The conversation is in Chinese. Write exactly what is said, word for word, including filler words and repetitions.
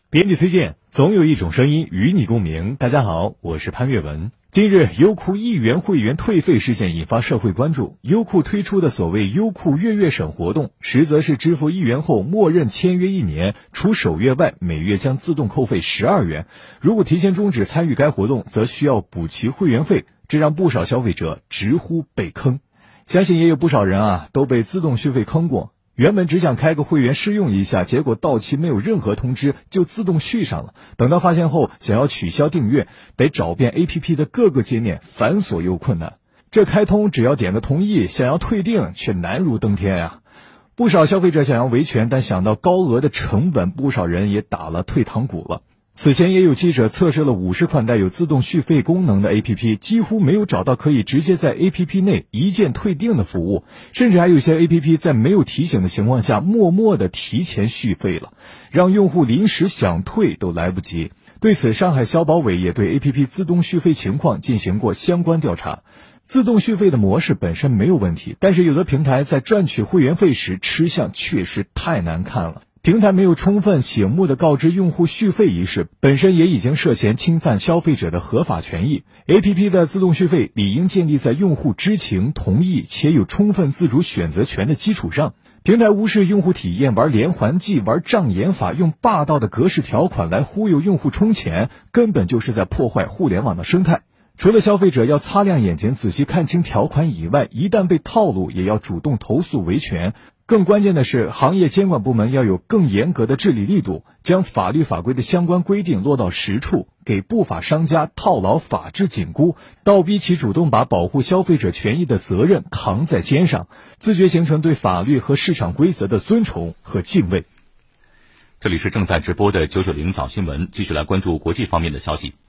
编辑推荐，总有一种声音与你共鸣。大家好，我是潘越文。近日，优酷一元会员退费事件引发社会关注。优酷推出的所谓优酷月月省活动，实则是支付一元后默认签约一年，除首月外，每月将自动扣费十二元。如果提前终止参与该活动，则需要补齐会员费，这让不少消费者直呼被坑。相信也有不少人啊都被自动续费坑过。原本只想开个会员试用一下，结果到期没有任何通知就自动续上了，等到发现后想要取消订阅，得找遍 A P P 的各个界面，繁琐又困难。这开通只要点个同意，想要退订却难如登天啊！不少消费者想要维权，但想到高额的成本，不少人也打了退堂鼓了。此前也有记者测试了五十款带有自动续费功能的 A P P， 几乎没有找到可以直接在 A P P 内一键退订的服务，甚至还有些 A P P 在没有提醒的情况下默默地提前续费了，让用户临时想退都来不及。对此，上海消保委也对 A P P 自动续费情况进行过相关调查。自动续费的模式本身没有问题，但是有的平台在赚取会员费时吃相确实太难看了。平台没有充分醒目地告知用户续费一事，本身也已经涉嫌侵犯消费者的合法权益。A P P 的自动续费理应建立在用户知情、同意且有充分自主选择权的基础上。平台无视用户体验，玩连环计、玩障眼法，用霸道的格式条款来忽悠用户充钱，根本就是在破坏互联网的生态。除了消费者要擦亮眼睛仔细看清条款以外，一旦被套路也要主动投诉维权。更关键的是，行业监管部门要有更严格的治理力度，将法律法规的相关规定落到实处，给不法商家套牢法治紧箍，倒逼其主动把保护消费者权益的责任扛在肩上，自觉形成对法律和市场规则的尊崇和敬畏。 这里是正在直播的九九零早新闻，继续来关注国际方面的消息。